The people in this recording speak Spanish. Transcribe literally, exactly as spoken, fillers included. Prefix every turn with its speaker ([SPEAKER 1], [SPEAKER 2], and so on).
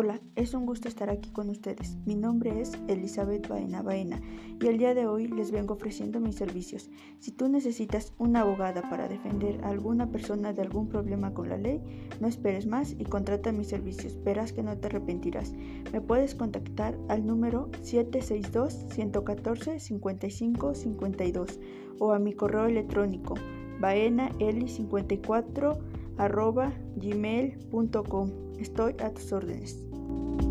[SPEAKER 1] Hola, es un gusto estar aquí con ustedes. Mi nombre es Elizabeth Baena Baena y el día de hoy les vengo ofreciendo mis servicios. Si tú necesitas una abogada para defender a alguna persona de algún problema con la ley, no esperes más y contrata mis servicios. Verás que no te arrepentirás. Me puedes contactar al número siete seis dos, uno uno cuatro, cinco cinco cinco dos o a mi correo electrónico baenaeli cincuenta y cuatro arroba gmail punto com. Estoy a tus órdenes.